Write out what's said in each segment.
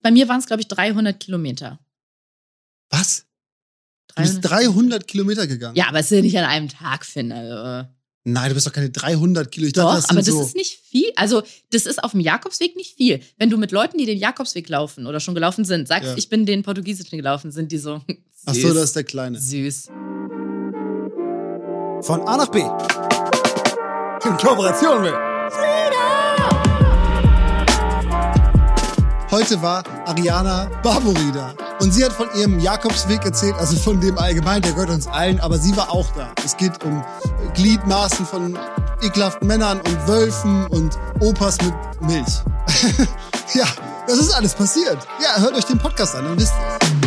Bei mir waren es, glaube ich, 300 Kilometer. Was? Du bist 300 Kilometer gegangen? Ja, aber es ist ja nicht an einem Tag, Finn. Also. Nein, du bist doch keine 300 Kilo. Ich Doch, dachte, aber das ist nicht viel. Also, das ist auf dem Jakobsweg nicht viel. Wenn du mit Leuten, die den Jakobsweg laufen oder schon gelaufen sind, sagst, ich bin den portugiesischen gelaufen, sind die so süß. Ach so, das ist der Kleine. Süß. Von A nach B. In Kooperation mit Heute war Ariana Barbori da. Und sie hat von ihrem Jakobsweg erzählt, also von dem allgemein, der gehört uns allen, aber sie war auch da. Es geht um Gliedmaßen von ekelhaften Männern und Wölfen und Opas mit Milch. Ja, das ist alles passiert. Ja, hört euch den Podcast an, dann wisst ihr es.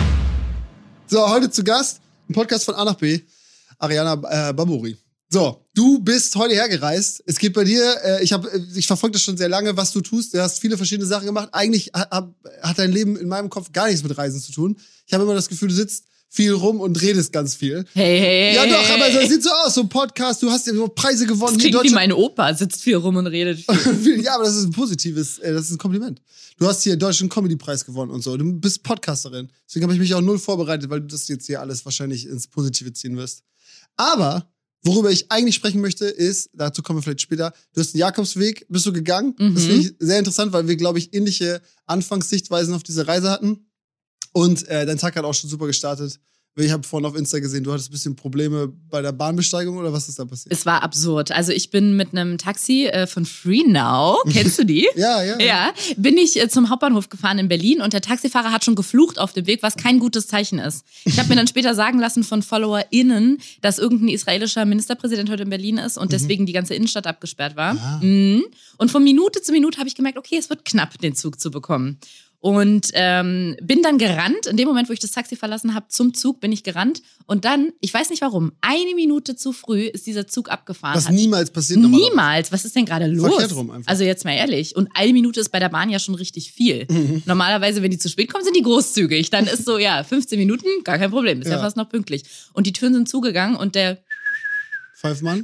So, heute zu Gast, ein Podcast von A nach B, Ariana Barbori. So, du bist heute hergereist. Es geht bei dir, ich verfolge das schon sehr lange, was du tust. Du hast viele verschiedene Sachen gemacht. Eigentlich hat dein Leben in meinem Kopf gar nichts mit Reisen zu tun. Ich habe immer das Gefühl, du sitzt viel rum und redest ganz viel. Hey. Ja doch, aber das sieht so aus, so ein Podcast, du hast ja so Preise gewonnen. Das klingt wie mein Opa, sitzt viel rum und redet viel. Ja, aber das ist ein positives, das ist ein Kompliment. Du hast hier den Deutschen Comedy-Preis gewonnen und so. Du bist Podcasterin. Deswegen habe ich mich auch null vorbereitet, weil du das jetzt hier alles wahrscheinlich ins Positive ziehen wirst. Aber worüber ich eigentlich sprechen möchte, ist, dazu kommen wir vielleicht später, du hast den Jakobsweg, bist du gegangen. Das finde ich sehr interessant, weil wir, glaube ich, ähnliche Anfangssichtweisen auf diese Reise hatten. Und dein Tag hat auch schon super gestartet. Ich habe vorhin auf Insta gesehen, du hattest ein bisschen Probleme bei der Bahnbesteigung oder was ist da passiert? Es war absurd. Also ich bin mit einem Taxi von FreeNow, kennst du die? Ja, bin ich zum Hauptbahnhof gefahren in Berlin und der Taxifahrer hat schon geflucht auf dem Weg, was kein gutes Zeichen ist. Ich habe mir dann später sagen lassen von FollowerInnen, dass irgendein israelischer Ministerpräsident heute in Berlin ist und deswegen die ganze Innenstadt abgesperrt war. Und von Minute zu Minute habe ich gemerkt, okay, es wird knapp, den Zug zu bekommen. Und bin dann gerannt, in dem Moment, wo ich das Taxi verlassen habe, zum Zug bin ich gerannt. Und dann, ich weiß nicht warum, 1 Minute zu früh ist dieser Zug abgefahren. Was niemals passiert Niemals. Was ist denn gerade los? Verkehrt rum einfach. Also jetzt mal ehrlich. Und 1 Minute ist bei der Bahn ja schon richtig viel. Normalerweise, wenn die zu spät kommen, sind die großzügig. Dann ist so, 15 Minuten, gar kein Problem. Ist ja fast noch pünktlich. Und die Türen sind zugegangen und der Pfeifmann?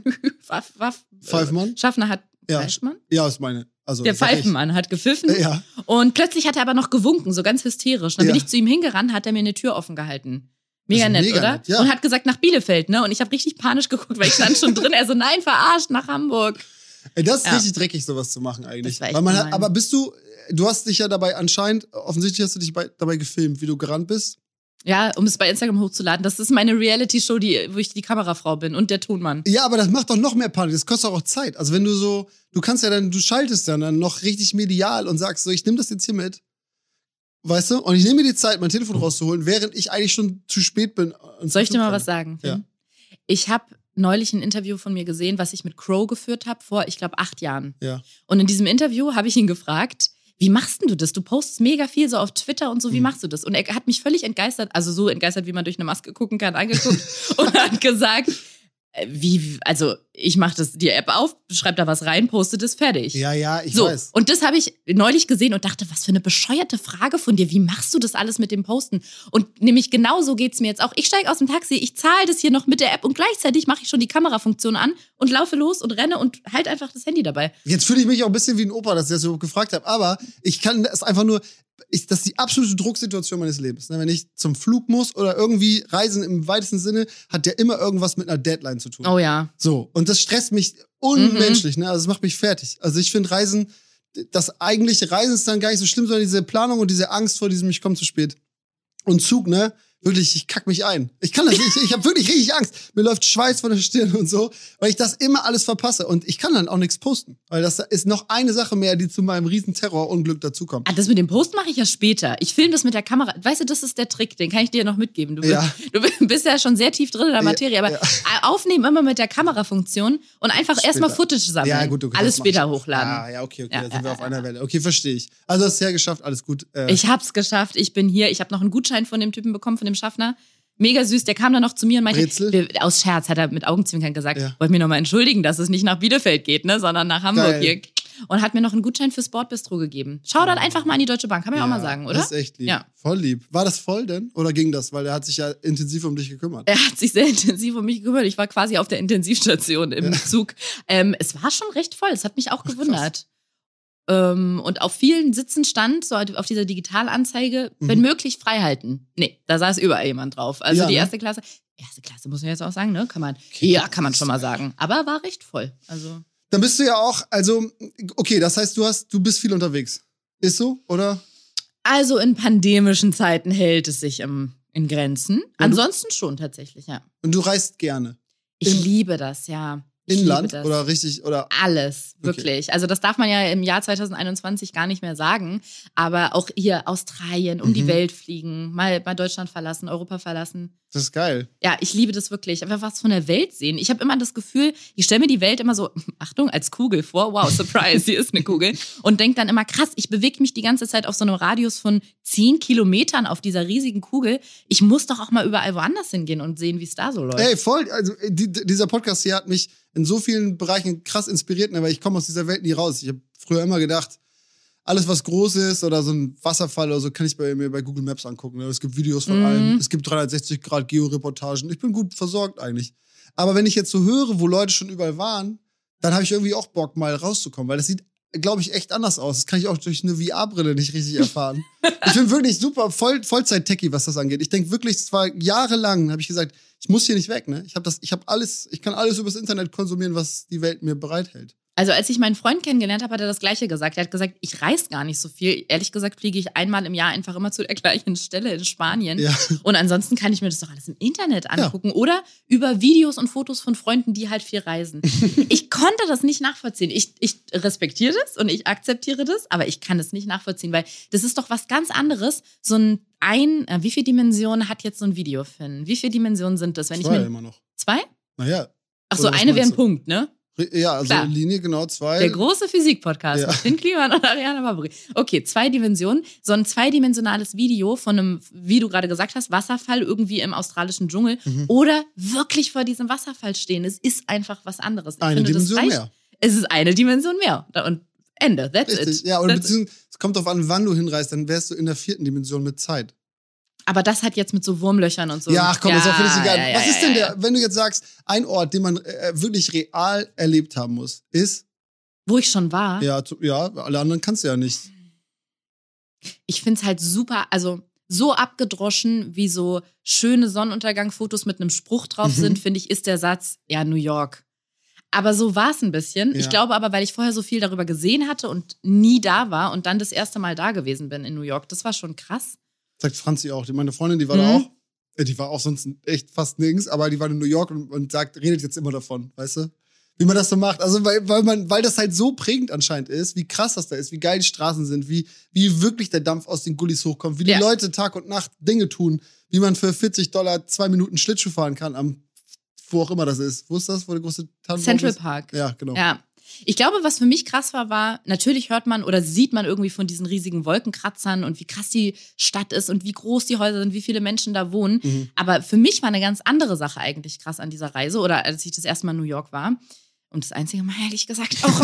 Pfeifmann? Schaffner hat Pfeifmann? Ja, ist meine. Also, der Pfeifenmann hat gepfiffen und plötzlich hat er aber noch gewunken, so ganz hysterisch. Dann bin ich zu ihm hingerannt, hat er mir eine Tür offen gehalten. Mega nett, oder? Nett, ja. Und hat gesagt, nach Bielefeld, ne? Und ich habe richtig panisch geguckt, weil ich stand schon drin. Er so, nein, verarscht, nach Hamburg. Ey, das ist richtig dreckig, sowas zu machen eigentlich. Das war echt aber du hast dich ja dabei anscheinend, offensichtlich hast du dich dabei gefilmt, wie du gerannt bist. Ja, um es bei Instagram hochzuladen. Das ist meine Reality-Show, wo ich die Kamerafrau bin und der Tonmann. Ja, aber das macht doch noch mehr Panik. Das kostet auch Zeit. Also wenn du du schaltest dann noch richtig medial und sagst so, ich nehme das jetzt hier mit. Weißt du? Und ich nehme mir die Zeit, mein Telefon rauszuholen, während ich eigentlich schon zu spät bin. Soll ich dir mal was sagen? Ja. Ich habe neulich ein Interview von mir gesehen, was ich mit Crow geführt habe vor, ich glaube, 8 Jahren. Ja. Und in diesem Interview habe ich ihn gefragt, wie machst denn du das? Du postest mega viel so auf Twitter und so, wie machst du das? Und er hat mich völlig entgeistert, also so entgeistert, wie man durch eine Maske gucken kann, angeguckt und hat gesagt, also ich mache die App auf, schreibe da was rein, poste das, fertig. Ja, ich so, weiß. Und das habe ich neulich gesehen und dachte, was für eine bescheuerte Frage von dir. Wie machst du das alles mit dem Posten? Und nämlich genauso geht's mir jetzt auch. Ich steige aus dem Taxi, ich zahle das hier noch mit der App und gleichzeitig mache ich schon die Kamerafunktion an und laufe los und renne und halt einfach das Handy dabei. Jetzt fühle ich mich auch ein bisschen wie ein Opa, dass ich das überhaupt gefragt habe. Aber ich kann es einfach nur... das ist die absolute Drucksituation meines Lebens. Wenn ich zum Flug muss oder irgendwie reisen im weitesten Sinne, hat ja immer irgendwas mit einer Deadline zu tun. Oh ja. So, und das stresst mich unmenschlich, ne? Also es macht mich fertig. Also ich finde Reisen, das eigentliche Reisen ist dann gar nicht so schlimm, sondern diese Planung und diese Angst vor diesem, ich komme zu spät. Und Zug, ne? Wirklich, ich kack mich ein. Ich kann das nicht, ich habe wirklich richtig Angst. Mir läuft Schweiß von der Stirn und so, weil ich das immer alles verpasse. Und ich kann dann auch nichts posten. Weil das ist noch eine Sache mehr, die zu meinem riesen Terrorunglück dazukommt. Das mit dem Post mache ich ja später. Ich filme das mit der Kamera. Weißt du, das ist der Trick, den kann ich dir noch mitgeben. Du bist ja schon sehr tief drin in der Materie, aber aufnehmen immer mit der Kamerafunktion und einfach erstmal Footage sammeln. Ja, gut, alles später hochladen. Ja, okay, da sind wir auf einer Welle. Okay, verstehe ich. Also hast du es hergeschafft, alles gut. Ich hab's geschafft, ich bin hier. Ich habe noch einen Gutschein von dem Typen bekommen, von dem Schaffner. Mega süß, der kam dann noch zu mir und meinte, aus Scherz hat er mit Augenzwinkern gesagt, wollte mir nochmal entschuldigen, dass es nicht nach Bielefeld geht, ne, sondern nach Hamburg hier. Und hat mir noch einen Gutschein für Sportbistro gegeben. Schau dann einfach mal an die Deutsche Bank, kann man ja auch mal sagen, oder? Das ist echt lieb. Ja. Voll lieb. War das voll denn? Oder ging das? Weil er hat sich ja intensiv um dich gekümmert. Er hat sich sehr intensiv um mich gekümmert. Ich war quasi auf der Intensivstation im Zug. Es war schon recht voll, es hat mich auch gewundert. Und auf vielen Sitzen stand, so auf dieser Digitalanzeige, wenn möglich frei halten. Nee, da saß überall jemand drauf. Also die erste Klasse muss man jetzt auch sagen, ne? Kann man schon mal sagen. Aber war recht voll. Also. Dann bist du ja auch, also, okay, das heißt, du bist viel unterwegs. Ist so, oder? Also in pandemischen Zeiten hält es sich in Grenzen. Ansonsten schon tatsächlich, ja. Und du reist gerne? Ich liebe das, ja. Inland oder richtig? Oder? Alles, wirklich. Okay. Also das darf man ja im Jahr 2021 gar nicht mehr sagen. Aber auch hier Australien, um die Welt fliegen, mal Deutschland verlassen, Europa verlassen. Das ist geil. Ja, ich liebe das wirklich. Einfach was von der Welt sehen. Ich habe immer das Gefühl, ich stelle mir die Welt immer so, Achtung, als Kugel vor. Wow, Surprise, hier ist eine Kugel. Und denke dann immer, krass, ich bewege mich die ganze Zeit auf so einem Radius von 10 Kilometern auf dieser riesigen Kugel. Ich muss doch auch mal überall woanders hingehen und sehen, wie es da so läuft. Ey, voll. Also dieser Podcast hier hat mich in so vielen Bereichen krass inspiriert, weil ich komme aus dieser Welt nie raus. Ich habe früher immer gedacht, alles, was groß ist oder so ein Wasserfall oder so, kann ich mir bei Google Maps angucken. Es gibt Videos von allem. Es gibt 360-Grad-Georeportagen. Ich bin gut versorgt eigentlich. Aber wenn ich jetzt so höre, wo Leute schon überall waren, dann habe ich irgendwie auch Bock, mal rauszukommen. Weil das sieht, glaube ich, echt anders aus. Das kann ich auch durch eine VR-Brille nicht richtig erfahren. Ich bin wirklich super Vollzeit-Techie, was das angeht. Ich denke wirklich, zwar jahrelang habe ich gesagt, ich muss hier nicht weg, ne? Ich kann alles übers Internet konsumieren, was die Welt mir bereithält. Also als ich meinen Freund kennengelernt habe, hat er das Gleiche gesagt. Er hat gesagt, ich reise gar nicht so viel. Ehrlich gesagt fliege ich einmal im Jahr einfach immer zu der gleichen Stelle in Spanien. Ja. Und ansonsten kann ich mir das doch alles im Internet angucken. Ja. Oder über Videos und Fotos von Freunden, die halt viel reisen. Ich konnte das nicht nachvollziehen. Ich respektiere das und ich akzeptiere das, aber ich kann es nicht nachvollziehen, weil das ist doch was ganz anderes. Wie viele Dimensionen hat jetzt so ein Video, Finn? Wie viele Dimensionen sind das? 2 immer noch. 2? Naja. Ach so, eine wäre ein Punkt, ne? Ja, also klar. Linie, genau, 2. Der große Physik-Podcast mit Finn Kliman und Ariana Barbouri. Okay, 2 Dimensionen. So ein 2-dimensionales Video von einem, wie du gerade gesagt hast, Wasserfall irgendwie im australischen Dschungel oder wirklich vor diesem Wasserfall stehen. Es ist einfach was anderes. Eine Dimension mehr. Es ist eine Dimension mehr. Und Ende. That's Richtig. it. Ja, oder beziehungsweise, es kommt darauf an, wann du hinreist, dann wärst du in der 4. Dimension mit Zeit. Aber das hat jetzt mit so Wurmlöchern und so. Ja, ach komm, ist auch völlig egal. Was ist denn wenn du jetzt sagst, ein Ort, den man wirklich real erlebt haben muss, ist? Wo ich schon war? Ja, alle anderen kannst du ja nicht. Ich find's halt super, also so abgedroschen, wie so schöne Sonnenuntergangfotos mit einem Spruch drauf sind, finde ich, ist der Satz, ja, New York. Aber so war es ein bisschen. Ja. Ich glaube aber, weil ich vorher so viel darüber gesehen hatte und nie da war und dann das erste Mal da gewesen bin in New York, das war schon krass. Sagt Franzi auch. Meine Freundin, die war da auch. Die war auch sonst echt fast nirgends, aber die war in New York und redet jetzt immer davon, weißt du? Wie man das so macht. Also, weil das halt so prägend anscheinend ist, wie krass das da ist, wie geil die Straßen sind, wie wirklich der Dampf aus den Gullis hochkommt, wie die Leute Tag und Nacht Dinge tun, wie man für $40 2 Minuten Schlittschuh fahren kann, wo auch immer das ist. Wo ist das, wo der große Tannenbaum Central ist? Park. Ja, genau. Ja. Ich glaube, was für mich krass war, natürlich hört man oder sieht man irgendwie von diesen riesigen Wolkenkratzern und wie krass die Stadt ist und wie groß die Häuser sind, wie viele Menschen da wohnen. Aber für mich war eine ganz andere Sache eigentlich krass an dieser Reise oder als ich das erste Mal in New York war. Und das einzige Mal, ehrlich gesagt, auch.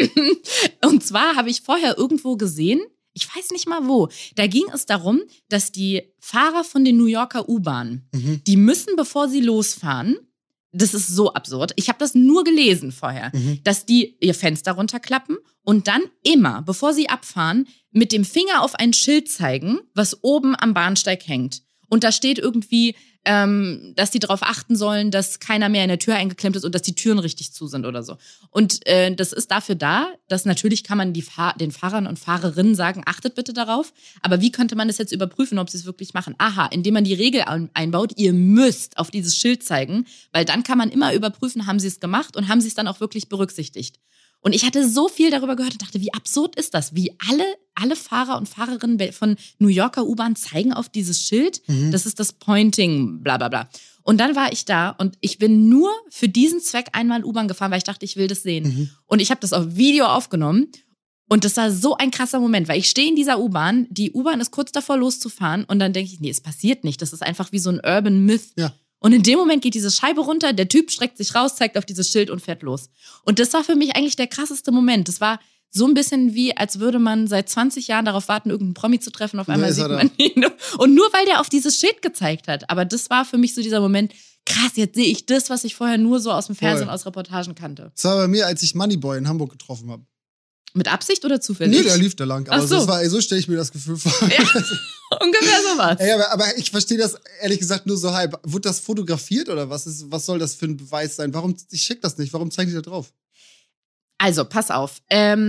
Und zwar habe ich vorher irgendwo gesehen, ich weiß nicht mal wo, da ging es darum, dass die Fahrer von den New Yorker U-Bahnen, die müssen, bevor sie losfahren, das ist so absurd. Ich habe das nur gelesen vorher, dass die ihr Fenster runterklappen und dann immer, bevor sie abfahren, mit dem Finger auf ein Schild zeigen, was oben am Bahnsteig hängt. Und da steht irgendwie, dass die darauf achten sollen, dass keiner mehr in der Tür eingeklemmt ist und dass die Türen richtig zu sind oder so. Und das ist dafür da, dass natürlich kann man den Fahrern und Fahrerinnen sagen, achtet bitte darauf. Aber wie könnte man das jetzt überprüfen, ob sie es wirklich machen? Aha, indem man die Regel einbaut, ihr müsst auf dieses Schild zeigen, weil dann kann man immer überprüfen, haben sie es gemacht und haben sie es dann auch wirklich berücksichtigt. Und ich hatte so viel darüber gehört und dachte, wie absurd ist das? Wie alle Fahrer und Fahrerinnen von New Yorker U-Bahn zeigen auf dieses Schild. Das ist das Pointing, bla bla bla. Und dann war ich da und ich bin nur für diesen Zweck einmal U-Bahn gefahren, weil ich dachte, ich will das sehen. Und ich habe das auf Video aufgenommen. Und das war so ein krasser Moment, weil ich stehe in dieser U-Bahn, die U-Bahn ist kurz davor loszufahren und dann denke ich, nee, es passiert nicht. Das ist einfach wie so ein Urban Myth. Ja. Und in dem Moment geht diese Scheibe runter, der Typ streckt sich raus, zeigt auf dieses Schild und fährt los. Und das war für mich eigentlich der krasseste Moment. Das war so ein bisschen wie, als würde man seit 20 Jahren darauf warten, irgendeinen Promi zu treffen. Auf einmal sieht man ihn. Und nur weil der auf dieses Schild gezeigt hat. Aber das war für mich so dieser Moment, krass, jetzt sehe ich das, was ich vorher nur so aus dem Fernsehen, aus Reportagen kannte. Das war bei mir, als ich Moneyboy in Hamburg getroffen habe. Mit Absicht oder zufällig? Nee, der lief da lang. Aber so stelle ich mir das Gefühl vor. Ja, ungefähr sowas. Ey, aber ich verstehe das ehrlich gesagt nur so halb. Wurde das fotografiert oder was soll das für ein Beweis sein? Ich check das nicht. Warum zeigen die da drauf? Also, pass auf.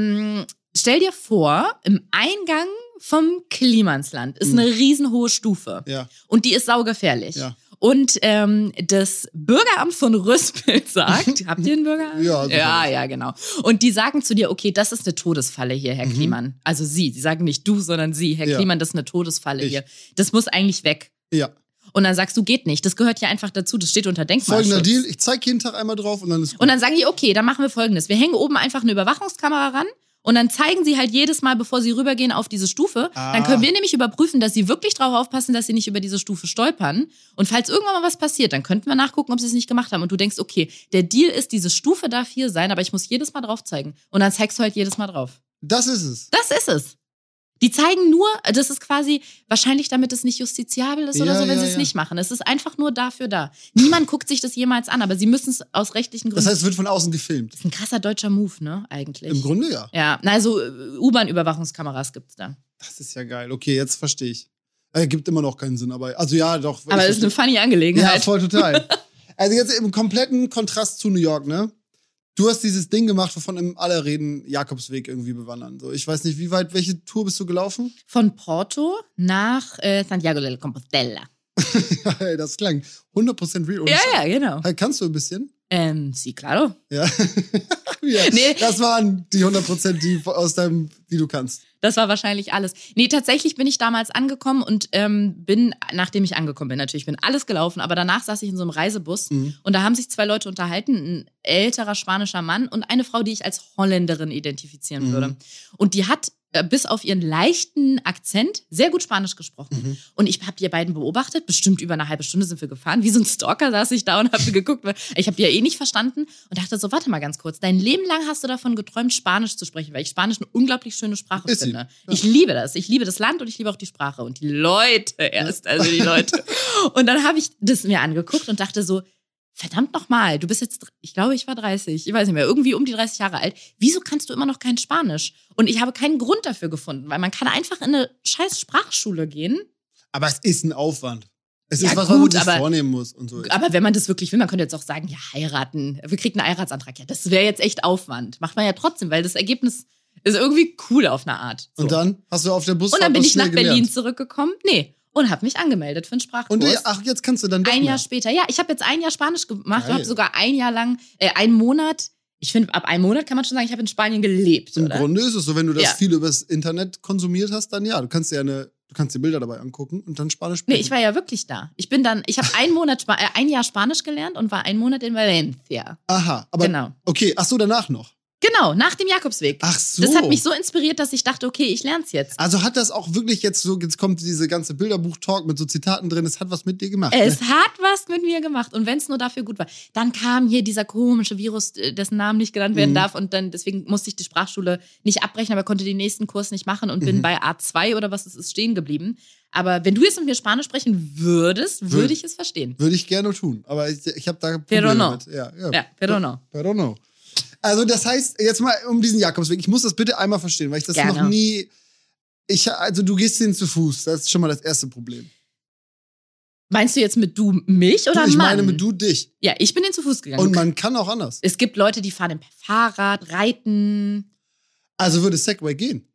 Stell dir vor, im Eingang vom Klimansland ist eine riesenhohe Stufe. Ja. Und die ist saugefährlich. Ja. Und das Bürgeramt von Rüspel sagt, habt ihr ein Bürgeramt? Ja, genau. Und die sagen zu dir, okay, das ist eine Todesfalle hier, Herr Kliemann. Also sie sagen nicht du, sondern sie. Herr Kliemann, das ist eine Todesfalle hier. Das muss eigentlich weg. Ja. Und dann sagst du, geht nicht. Das gehört ja einfach dazu. Das steht unter Denkmalschutz. Folgender Deal, ich zeige jeden Tag einmal drauf und dann ist gut. Und dann sagen die, okay, dann machen wir Folgendes. Wir hängen oben einfach eine Überwachungskamera ran. Und dann zeigen sie halt jedes Mal, bevor sie rübergehen auf diese Stufe. Dann können wir nämlich überprüfen, dass sie wirklich drauf aufpassen, dass sie nicht über diese Stufe stolpern. Und falls irgendwann mal was passiert, dann könnten wir nachgucken, ob sie es nicht gemacht haben. Und du denkst, okay, der Deal ist, diese Stufe darf hier sein, aber ich muss jedes Mal drauf zeigen. Und dann zeigst du halt jedes Mal drauf. Das ist es. Das ist es. Die zeigen nur, das ist quasi wahrscheinlich, damit es nicht justiziabel ist oder so, wenn sie es nicht machen. Es ist einfach nur dafür da. Niemand guckt sich das jemals an, aber sie müssen es aus rechtlichen Gründen. Das heißt, es wird von außen gefilmt. Das ist ein krasser deutscher Move, ne, eigentlich. Im Grunde ja. Ja, also U-Bahn-Überwachungskameras gibt's da. Das ist ja geil. Okay, jetzt verstehe ich. Gibt immer noch keinen Sinn, aber also ja, doch. Aber es ist eine funny Angelegenheit. Ja, voll total. Also jetzt im kompletten Kontrast zu New York, ne? Du hast dieses Ding gemacht, wovon alle reden, Jakobsweg irgendwie bewandern. So, ich weiß nicht, welche Tour bist du gelaufen? Von Porto nach Santiago de Compostela. Das klang 100% real. Ja, genau. Kannst du ein bisschen? Sí, claro. Ja. Ja. Nee. Das waren die 100%, die du kannst. Das war wahrscheinlich alles. Nee, tatsächlich bin ich damals angekommen und bin, nachdem ich angekommen bin, natürlich, bin alles gelaufen, aber danach saß ich in so einem Reisebus und da haben sich 2 Leute unterhalten, ein älterer spanischer Mann und eine Frau, die ich als Holländerin identifizieren würde. Und die hat bis auf ihren leichten Akzent sehr gut Spanisch gesprochen. Und ich habe die beiden beobachtet, bestimmt über eine halbe Stunde sind wir gefahren. Wie so ein Stalker saß ich da und habe geguckt, weil ich habe die ja eh nicht verstanden und dachte so, warte mal ganz kurz, dein Leben lang hast du davon geträumt, Spanisch zu sprechen, weil ich Spanisch eine unglaublich schöne Sprache finde. Ja. Ich liebe das. Ich liebe das Land und ich liebe auch die Sprache und die Leute erst, also die Leute. Und dann habe ich das mir angeguckt und dachte so, verdammt nochmal, du bist jetzt, ich glaube, ich war 30, ich weiß nicht mehr, irgendwie um die 30 Jahre alt. Wieso kannst du immer noch kein Spanisch? Und ich habe keinen Grund dafür gefunden, weil man kann einfach in eine scheiß Sprachschule gehen. Aber es ist ein Aufwand. Es ist was man sich vornehmen muss und so. Aber wenn man das wirklich will, man könnte jetzt auch sagen, ja, heiraten, wir kriegen einen Heiratsantrag. Ja, das wäre jetzt echt Aufwand. Macht man ja trotzdem, weil das Ergebnis ist irgendwie cool auf eine Art. So. Und dann hast du auf der Busfahrt und dann bin ich nach Berlin zurückgekommen. Nee. Und habe mich angemeldet für einen Sprachkurs. Und jetzt kannst du dann doch ein Jahr später. Ja, ich habe jetzt 1 Jahr Spanisch gemacht. Ich habe sogar 1 Jahr lang, 1 Monat. Ich finde, ab 1 Monat kann man schon sagen, ich habe in Spanien gelebt. Im Grunde ist es so, wenn du das viel übers Internet konsumiert hast, dann ja. Du kannst dir Bilder dabei angucken und dann Spanisch sprechen. Nee, ich war ja wirklich da. Ich habe 1 Jahr Spanisch gelernt und war 1 Monat in Valencia. Aha, aber genau. Okay, ach so, danach noch. Genau, nach dem Jakobsweg. Ach so. Das hat mich so inspiriert, dass ich dachte, okay, ich lern's jetzt. Also hat das auch wirklich jetzt kommt diese ganze Bilderbuch-Talk mit so Zitaten drin, es hat was mit dir gemacht. Es hat was mit mir gemacht und wenn es nur dafür gut war. Dann kam hier dieser komische Virus, dessen Namen nicht genannt werden darf und dann deswegen musste ich die Sprachschule nicht abbrechen, aber konnte den nächsten Kurs nicht machen und bin bei A2 oder was es ist stehen geblieben. Aber wenn du jetzt mit mir Spanisch sprechen würdest, würde ich es verstehen. Würde ich gerne tun, aber ich habe da Probleme mit. Ja, pero no. Pero no. Also das heißt, jetzt mal um diesen Jakobsweg, ich muss das bitte einmal verstehen, weil ich das noch nie... Also du gehst den zu Fuß, das ist schon mal das erste Problem. Meinst du jetzt mit du mich oder ich Mann? meine mit du dich. Ja, ich bin den zu Fuß gegangen. Und man kann auch anders. Es gibt Leute, die fahren per Fahrrad, reiten. Also würde Segway gehen?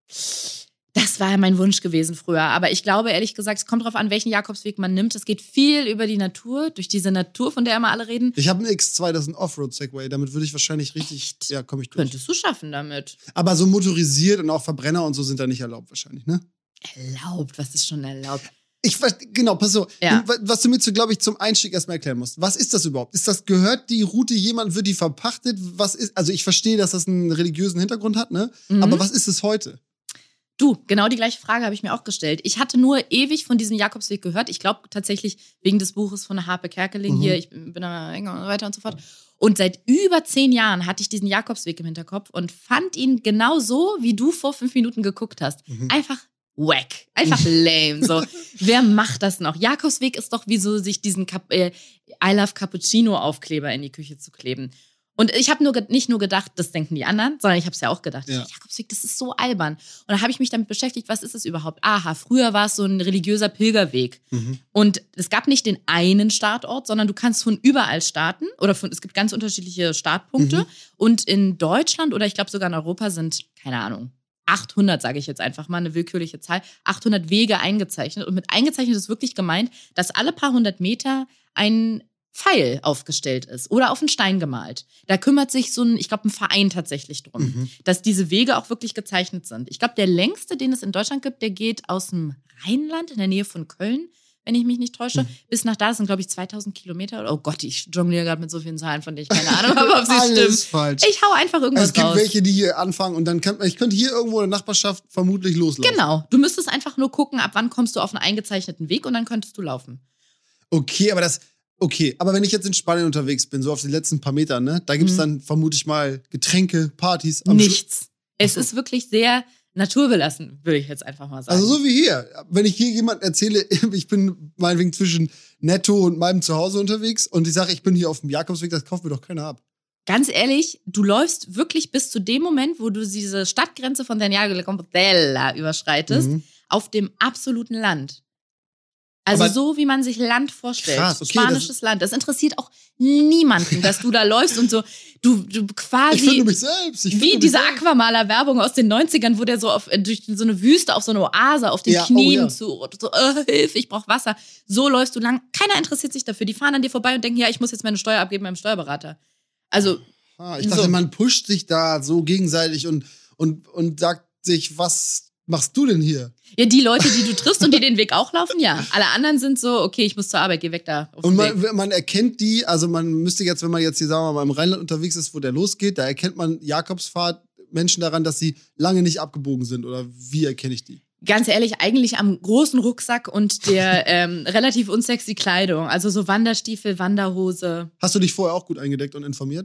Das war ja mein Wunsch gewesen früher. Aber ich glaube, ehrlich gesagt, es kommt darauf an, welchen Jakobsweg man nimmt. Es geht viel über die Natur, durch diese Natur, von der immer alle reden. Ich habe einen X2, das ist ein Offroad-Segway. Damit würde ich wahrscheinlich richtig... Echt? Ja, komme ich durch. Könntest du schaffen damit. Aber so motorisiert und auch Verbrenner und so sind da nicht erlaubt wahrscheinlich, ne? Erlaubt? Was ist schon erlaubt? Genau, pass auf. Ja. Was du mir, glaube ich, zum Einstieg erstmal erklären musst. Was ist das überhaupt? Gehört die Route jemand, wird die verpachtet? Also ich verstehe, dass das einen religiösen Hintergrund hat, ne? Aber was ist es heute? Du, genau die gleiche Frage habe ich mir auch gestellt. Ich hatte nur ewig von diesem Jakobsweg gehört. Ich glaube tatsächlich wegen des Buches von Harpe Kerkeling hier, ich bin da und so weiter und so fort. Und seit über 10 Jahren hatte ich diesen Jakobsweg im Hinterkopf und fand ihn genau so, wie du vor 5 Minuten geguckt hast. Einfach wack, einfach lame. So, wer macht das noch? Jakobsweg ist doch wie so, sich diesen I Love Cappuccino Aufkleber in die Küche zu kleben. Und ich habe nicht nur gedacht, das denken die anderen, sondern ich habe es ja auch gedacht. Ja. Jakobsweg, das ist so albern. Und dann habe ich mich damit beschäftigt, was ist es überhaupt? Aha, früher war es so ein religiöser Pilgerweg. Und es gab nicht den einen Startort, sondern du kannst von überall starten. Es gibt ganz unterschiedliche Startpunkte. Und in Deutschland oder ich glaube sogar in Europa sind, keine Ahnung, 800, sage ich jetzt einfach mal, eine willkürliche Zahl, 800 Wege eingezeichnet. Und mit eingezeichnet ist wirklich gemeint, dass alle paar hundert Meter ein Pfeil aufgestellt ist oder auf einen Stein gemalt. Da kümmert sich ein Verein tatsächlich drum, dass diese Wege auch wirklich gezeichnet sind. Ich glaube, der längste, den es in Deutschland gibt, der geht aus dem Rheinland in der Nähe von Köln, wenn ich mich nicht täusche, bis nach da. Das sind, glaube ich, 2000 Kilometer. Oh Gott, ich jongliere gerade mit so vielen Zahlen, von denen ich keine Ahnung habe, ob sie stimmen. Falsch. Ich hau einfach irgendwas raus. Es gibt welche, die hier anfangen und dann ich könnte hier irgendwo in der Nachbarschaft vermutlich loslaufen. Genau. Du müsstest einfach nur gucken, ab wann kommst du auf einen eingezeichneten Weg und dann könntest du laufen. Okay, aber wenn ich jetzt in Spanien unterwegs bin, so auf die letzten paar Meter, ne, da gibt's dann vermutlich mal Getränke, Partys. Nichts. Es ist wirklich sehr naturbelassen, würde ich jetzt einfach mal sagen. Also so wie hier. Wenn ich hier jemandem erzähle, ich bin meinetwegen zwischen Netto und meinem Zuhause unterwegs und ich sage, ich bin hier auf dem Jakobsweg, das kauft mir doch keiner ab. Ganz ehrlich, du läufst wirklich bis zu dem Moment, wo du diese Stadtgrenze von Santiago de Compostela überschreitest, auf dem absoluten Land. Also aber so, wie man sich Land vorstellt. Krass, okay, spanisches Land. Das interessiert auch niemanden, dass du da läufst und so, du quasi. Ich finde mich selbst. Wie diese Aquamaler-Werbung aus den 90ern, wo der so durch so eine Wüste auf so eine Oase auf den Knien Hilfe, ich brauche Wasser. So läufst du lang. Keiner interessiert sich dafür. Die fahren an dir vorbei und denken, ja, ich muss jetzt meine Steuer abgeben beim Steuerberater. Also. Ich dachte, man pusht sich da so gegenseitig und sagt sich, was machst du denn hier? Ja, die Leute, die du triffst und die den Weg auch laufen, ja. Alle anderen sind so, okay, ich muss zur Arbeit, geh weg da. Und man erkennt die, also man müsste jetzt, wenn man jetzt hier, sagen wir mal, im Rheinland unterwegs ist, wo der losgeht, da erkennt man Jakobsfahrt-Menschen daran, dass sie lange nicht abgebogen sind. Oder wie erkenne ich die? Ganz ehrlich, eigentlich am großen Rucksack und der relativ unsexy Kleidung. Also so Wanderstiefel, Wanderhose. Hast du dich vorher auch gut eingedeckt und informiert?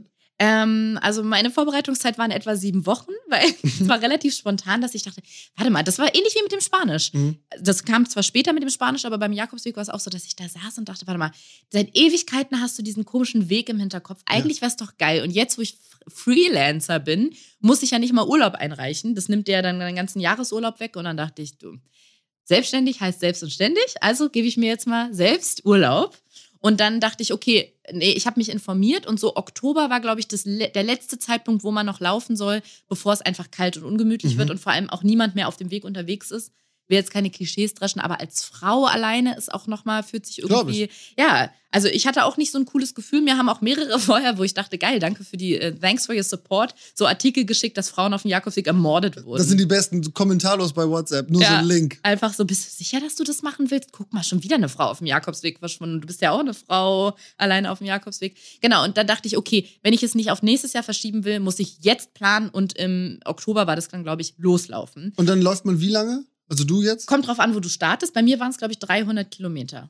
Also meine Vorbereitungszeit waren etwa 7 Wochen, weil es war relativ spontan, dass ich dachte, warte mal, das war ähnlich wie mit dem Spanisch. Das kam zwar später mit dem Spanisch, aber beim Jakobsweg war es auch so, dass ich da saß und dachte, warte mal, seit Ewigkeiten hast du diesen komischen Weg im Hinterkopf. Eigentlich wäre es doch geil. Und jetzt, wo ich Freelancer bin, muss ich ja nicht mal Urlaub einreichen. Das nimmt dir ja dann den ganzen Jahresurlaub weg. Und dann dachte ich, du, selbstständig heißt selbst und ständig, also gebe ich mir jetzt mal selbst Urlaub. Und dann dachte ich, okay, nee, ich habe mich informiert und so Oktober war, glaube ich, der letzte Zeitpunkt, wo man noch laufen soll, bevor es einfach kalt und ungemütlich wird und vor allem auch niemand mehr auf dem Weg unterwegs ist. Ich will jetzt keine Klischees dreschen, aber als Frau alleine ist auch nochmal, fühlt sich irgendwie, ja, also ich hatte auch nicht so ein cooles Gefühl. Mir haben auch mehrere vorher, wo ich dachte, geil, danke für die, thanks for your support, so Artikel geschickt, dass Frauen auf dem Jakobsweg ermordet wurden. Das sind die besten kommentarlos bei WhatsApp, nur so ein Link. Einfach so, bist du sicher, dass du das machen willst? Guck mal, schon wieder eine Frau auf dem Jakobsweg verschwunden. Du bist ja auch eine Frau alleine auf dem Jakobsweg. Genau, und dann dachte ich, okay, wenn ich es nicht auf nächstes Jahr verschieben will, muss ich jetzt planen und im Oktober war das dann, glaube ich, loslaufen. Und dann läuft man wie lange? Also du jetzt? Kommt drauf an, wo du startest. Bei mir waren es, glaube ich, 300 Kilometer.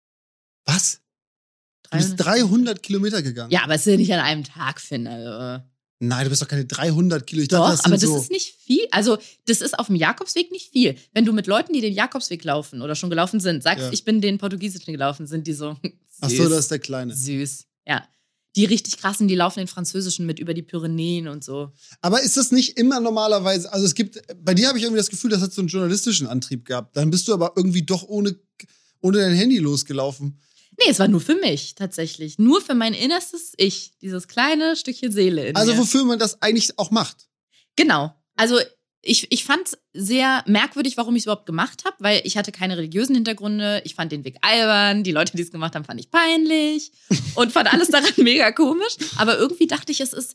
Was? Du bist 300 Kilometer gegangen? Ja, aber es ist ja nicht an einem Tag, Finn. Also. Nein, du bist doch keine 300 Kilo. Doch, aber das ist nicht viel. Also das ist auf dem Jakobsweg nicht viel. Wenn du mit Leuten, die den Jakobsweg laufen oder schon gelaufen sind, sagst, ich bin den Portugiesischen gelaufen, sind die so süß. Ach so, das ist der Kleine. Süß, ja. Die richtig krassen, die laufen den Französischen mit über die Pyrenäen und so. Aber ist das nicht immer normalerweise, also bei dir habe ich irgendwie das Gefühl, das hat so einen journalistischen Antrieb gehabt. Dann bist du aber irgendwie doch ohne dein Handy losgelaufen. Nee, es war nur für mich tatsächlich. Nur für mein innerstes Ich. Dieses kleine Stückchen Seele in Also mir. wofür man das eigentlich auch macht. Genau. Also ich fand es sehr merkwürdig, warum ich es überhaupt gemacht habe, weil ich hatte keine religiösen Hintergründe. Ich fand den Weg albern. Die Leute, die es gemacht haben, fand ich peinlich. Und fand alles daran mega komisch. Aber irgendwie dachte ich, es ist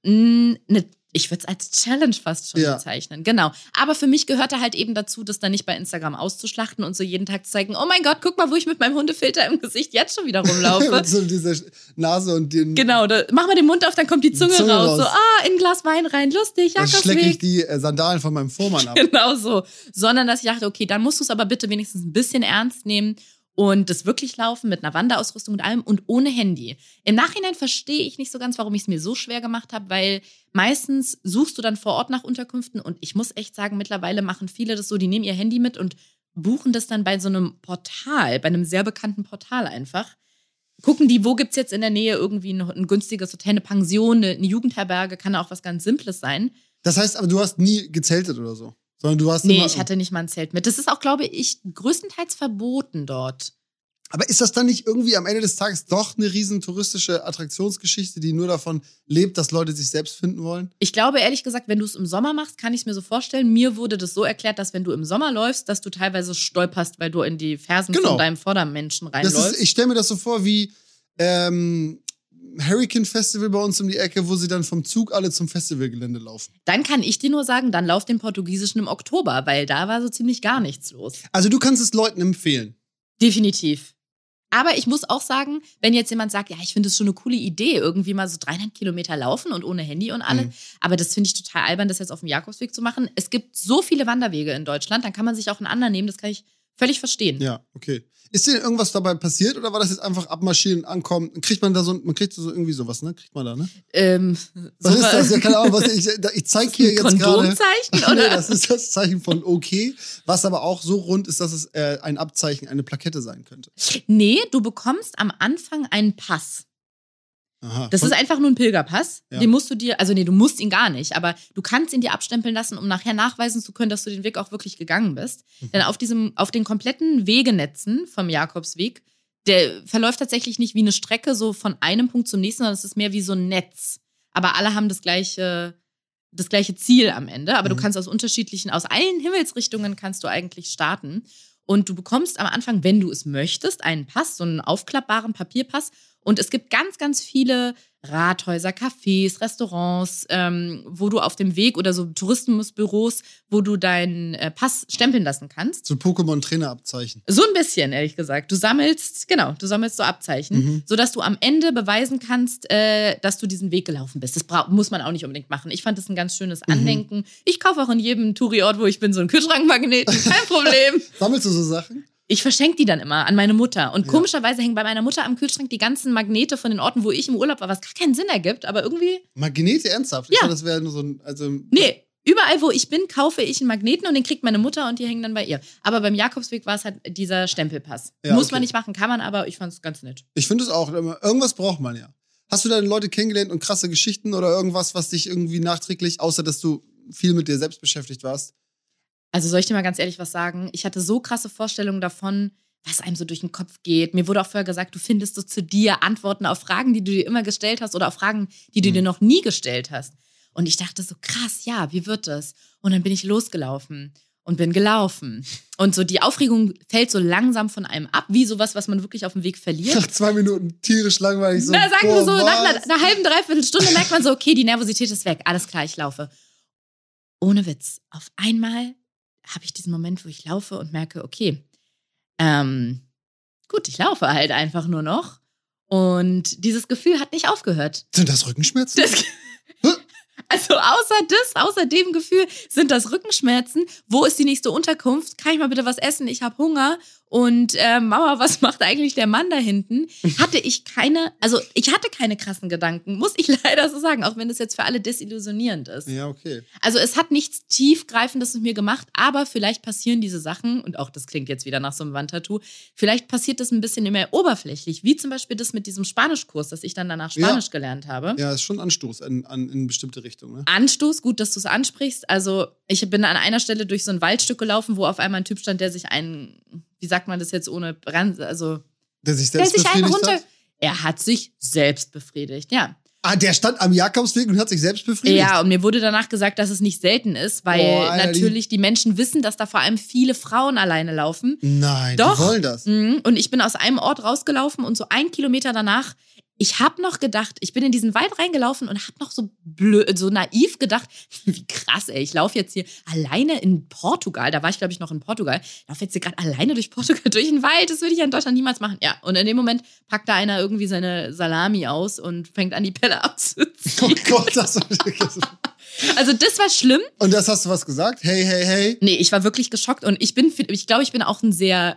ich würde es als Challenge fast schon bezeichnen. Genau. Aber für mich gehörte halt eben dazu, das dann nicht bei Instagram auszuschlachten und so jeden Tag zu zeigen, oh mein Gott, guck mal, wo ich mit meinem Hundefilter im Gesicht jetzt schon wieder rumlaufe. Und so diese Nase und den... Genau, mach mal den Mund auf, dann kommt die Zunge raus. So, in ein Glas Wein rein, lustig, Jakobsweg. Dann schlecke ich die Sandalen von meinem Vormann ab. Genau so. Sondern, dass ich dachte, okay, dann musst du es aber bitte wenigstens ein bisschen ernst nehmen und das wirklich laufen mit einer Wanderausrüstung und allem und ohne Handy. Im Nachhinein verstehe ich nicht so ganz, warum ich es mir so schwer gemacht habe, weil meistens suchst du dann vor Ort nach Unterkünften und ich muss echt sagen, mittlerweile machen viele das so, die nehmen ihr Handy mit und buchen das dann bei so einem Portal, bei einem sehr bekannten Portal einfach. gucken die, wo gibt's jetzt in der Nähe irgendwie noch ein günstiges Hotel, eine Pension, eine Jugendherberge, kann auch was ganz Simples sein. Das heißt aber, du hast nie gezeltet oder so? Sondern du hast Nee, ich hatte nicht mal ein Zelt mit. Das ist auch, glaube ich, größtenteils verboten dort. Aber ist das dann nicht irgendwie am Ende des Tages doch eine riesen touristische Attraktionsgeschichte, die nur davon lebt, dass Leute sich selbst finden wollen? Ich glaube, ehrlich gesagt, wenn du es im Sommer machst, kann ich es mir so vorstellen. Mir wurde das so erklärt, dass wenn du im Sommer läufst, dass du teilweise stolperst, weil du in die Fersen von deinem Vordermenschen reinläufst. Ich stelle mir das so vor wie Hurricane Festival bei uns um die Ecke, wo sie dann vom Zug alle zum Festivalgelände laufen. Dann kann ich dir nur sagen, dann lauf den Portugiesischen im Oktober, weil da war so ziemlich gar nichts los. Also du kannst es Leuten empfehlen? Definitiv. Aber ich muss auch sagen, wenn jetzt jemand sagt, ja, ich finde es schon eine coole Idee, irgendwie mal so 300 Kilometer laufen und ohne Handy und alles. Aber das finde ich total albern, das jetzt auf dem Jakobsweg zu machen. Es gibt so viele Wanderwege in Deutschland, dann kann man sich auch einen anderen nehmen, das kann ich völlig verstehen. Ja, okay. Ist dir irgendwas dabei passiert oder war das jetzt einfach abmarschieren, ankommen? Kriegt man da so, man kriegt so irgendwie sowas, ne? Kriegt man da, ne? Was ist das? Ja, keine Ahnung, ich zeige hier jetzt gerade. Kondomzeichen, oder? Nee, das ist das Zeichen von okay, was aber auch so rund ist, dass es ein Abzeichen, eine Plakette sein könnte. Nee, du bekommst am Anfang einen Pass. Aha, das ist einfach nur ein Pilgerpass. Ja. Den musst du dir, also nee, du musst ihn gar nicht, aber du kannst ihn dir abstempeln lassen, um nachher nachweisen zu können, dass du den Weg auch wirklich gegangen bist. Denn auf den kompletten Wegenetzen vom Jakobsweg, der verläuft tatsächlich nicht wie eine Strecke so von einem Punkt zum nächsten, sondern es ist mehr wie so ein Netz. Aber alle haben das gleiche Ziel am Ende. Aber du kannst aus allen Himmelsrichtungen kannst du eigentlich starten. Und du bekommst am Anfang, wenn du es möchtest, einen Pass, so einen aufklappbaren Papierpass. Und es gibt ganz, ganz viele Rathäuser, Cafés, Restaurants, wo du auf dem Weg oder so Tourismusbüros, wo du deinen Pass stempeln lassen kannst. So Pokémon-Trainerabzeichen. So ein bisschen, ehrlich gesagt. Du sammelst so Abzeichen, sodass du am Ende beweisen kannst, dass du diesen Weg gelaufen bist. Das muss man auch nicht unbedingt machen. Ich fand das ein ganz schönes Andenken. Ich kaufe auch in jedem Touri-Ort, wo ich bin, so einen Kühlschrankmagneten. Kein Problem. Sammelst du so Sachen? Ich verschenke die dann immer an meine Mutter. Und komischerweise hängen bei meiner Mutter am Kühlschrank die ganzen Magnete von den Orten, wo ich im Urlaub war, was gar keinen Sinn ergibt, aber irgendwie... Magnete, ernsthaft? Ja. Ich dachte, das wäre nur so ein... Nee, überall, wo ich bin, kaufe ich einen Magneten und den kriegt meine Mutter und die hängen dann bei ihr. Aber beim Jakobsweg war es halt dieser Stempelpass. Ja, Muss man nicht machen, kann man, aber ich fand es ganz nett. Ich finde es auch. Irgendwas braucht man ja. Hast du da Leute kennengelernt und krasse Geschichten oder irgendwas, was dich irgendwie nachträglich, außer dass du viel mit dir selbst beschäftigt warst? Also soll ich dir mal ganz ehrlich was sagen? Ich hatte so krasse Vorstellungen davon, was einem so durch den Kopf geht. Mir wurde auch vorher gesagt, du findest so zu dir Antworten auf Fragen, die du dir immer gestellt hast oder auf Fragen, die du dir noch nie gestellt hast. Und ich dachte so, krass, ja, wie wird das? Und dann bin ich losgelaufen und bin gelaufen. Und so die Aufregung fällt so langsam von einem ab, wie sowas, was man wirklich auf dem Weg verliert. Nach 2 Minuten tierisch langweilig. So, sagen wir so, nach einer halben, dreiviertel Stunde merkt man so, okay, die Nervosität ist weg, alles klar, ich laufe. Ohne Witz. Auf einmal habe ich diesen Moment, wo ich laufe und merke, okay, gut, ich laufe halt einfach nur noch. Und dieses Gefühl hat nicht aufgehört. Sind das Rückenschmerzen? Also außer dem Gefühl sind das Rückenschmerzen. Wo ist die nächste Unterkunft? Kann ich mal bitte was essen? Ich habe Hunger. Und Mama, was macht eigentlich der Mann da hinten? Ich hatte keine krassen Gedanken, muss ich leider so sagen, auch wenn das jetzt für alle desillusionierend ist. Ja, okay. Also es hat nichts Tiefgreifendes mit mir gemacht, aber vielleicht passieren diese Sachen, und auch das klingt jetzt wieder nach so einem Wandtattoo, vielleicht passiert das ein bisschen mehr oberflächlich, wie zum Beispiel das mit diesem Spanischkurs, dass ich dann danach Spanisch gelernt habe. Ja, ist schon Anstoß in bestimmte Richtungen. Ne? Anstoß, gut, dass du es ansprichst. Also ich bin an einer Stelle durch so ein Waldstück gelaufen, wo auf einmal ein Typ stand, der sich wie sagt man das jetzt ohne Brand, also der sich selbst befriedigt hat? Er hat sich selbst befriedigt, ja. Ah, der stand am Jakobsweg und hat sich selbst befriedigt? Ja, und mir wurde danach gesagt, dass es nicht selten ist, weil natürlich die Menschen wissen, dass da vor allem viele Frauen alleine laufen. Nein, Doch. Die wollen das. Und ich bin aus einem Ort rausgelaufen und so 1 Kilometer danach, ich habe noch gedacht, ich bin in diesen Wald reingelaufen und habe noch so naiv gedacht, wie krass, ey, ich laufe jetzt hier alleine in Portugal, da war ich, glaube ich, noch in Portugal, ich laufe jetzt hier gerade alleine durch Portugal, durch den Wald, das würde ich ja in Deutschland niemals machen. Ja, und in dem Moment packt da einer irgendwie seine Salami aus und fängt an, die Pelle abzuziehen. Oh Gott, das war Also das war schlimm. Und das hast du was gesagt? Hey, hey, hey? Nee, ich war wirklich geschockt und ich glaube, ich bin auch ein sehr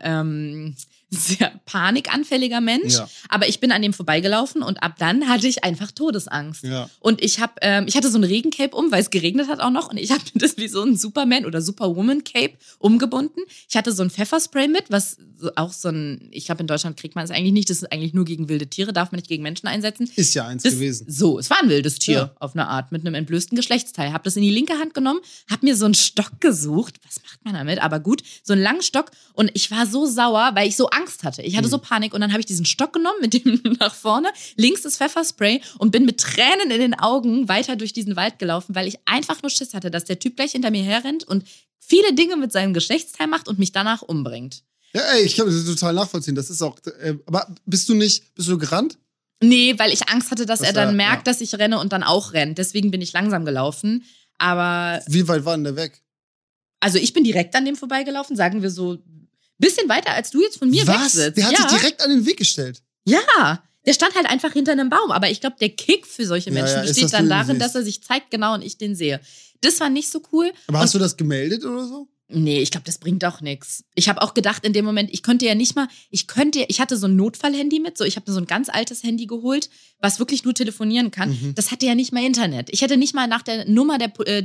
panikanfälliger Mensch, aber ich bin an dem vorbeigelaufen und ab dann hatte ich einfach Todesangst. Ja. Und ich hatte so ein Regencape weil es geregnet hat auch noch und ich habe das wie so ein Superman oder Superwoman-Cape umgebunden. Ich hatte so ein Pfefferspray mit, was auch so ein, ich glaube, in Deutschland kriegt man es eigentlich nicht, das ist eigentlich nur gegen wilde Tiere, darf man nicht gegen Menschen einsetzen. Ist ja eins gewesen. So, es war ein wildes Tier auf eine Art, mit einem entblößten Geschlechtsteil. Hab das in die linke Hand genommen, hab mir so einen Stock gesucht, was macht man damit, aber gut, so einen langen Stock und ich war so sauer, weil ich so Angst hatte. Ich hatte so Panik und dann habe ich diesen Stock genommen, mit dem nach vorne, links das Pfefferspray und bin mit Tränen in den Augen weiter durch diesen Wald gelaufen, weil ich einfach nur Schiss hatte, dass der Typ gleich hinter mir herrennt und viele Dinge mit seinem Geschlechtsteil macht und mich danach umbringt. Ja, ich kann das total nachvollziehen. Das ist auch, aber bist du gerannt? Nee, weil ich Angst hatte, dass er dann merkt, dass ich renne und dann auch rennt. Deswegen bin ich langsam gelaufen. Aber. Wie weit war denn der weg? Also ich bin direkt an dem vorbeigelaufen, sagen wir so ein bisschen weiter, als du jetzt von mir wegsitzt. Der hat sich direkt an den Weg gestellt? Ja, der stand halt einfach hinter einem Baum. Aber ich glaube, der Kick für solche Menschen besteht dann darin, dass er sich zeigt genau und ich den sehe. Das war nicht so cool. Aber hast du das gemeldet oder so? Nee, ich glaube, das bringt auch nichts. Ich habe auch gedacht in dem Moment, ich hatte so ein Notfallhandy mit, ich habe so ein ganz altes Handy geholt, was wirklich nur telefonieren kann. Das hatte ja nicht mal Internet. Ich hätte nicht mal nach der Nummer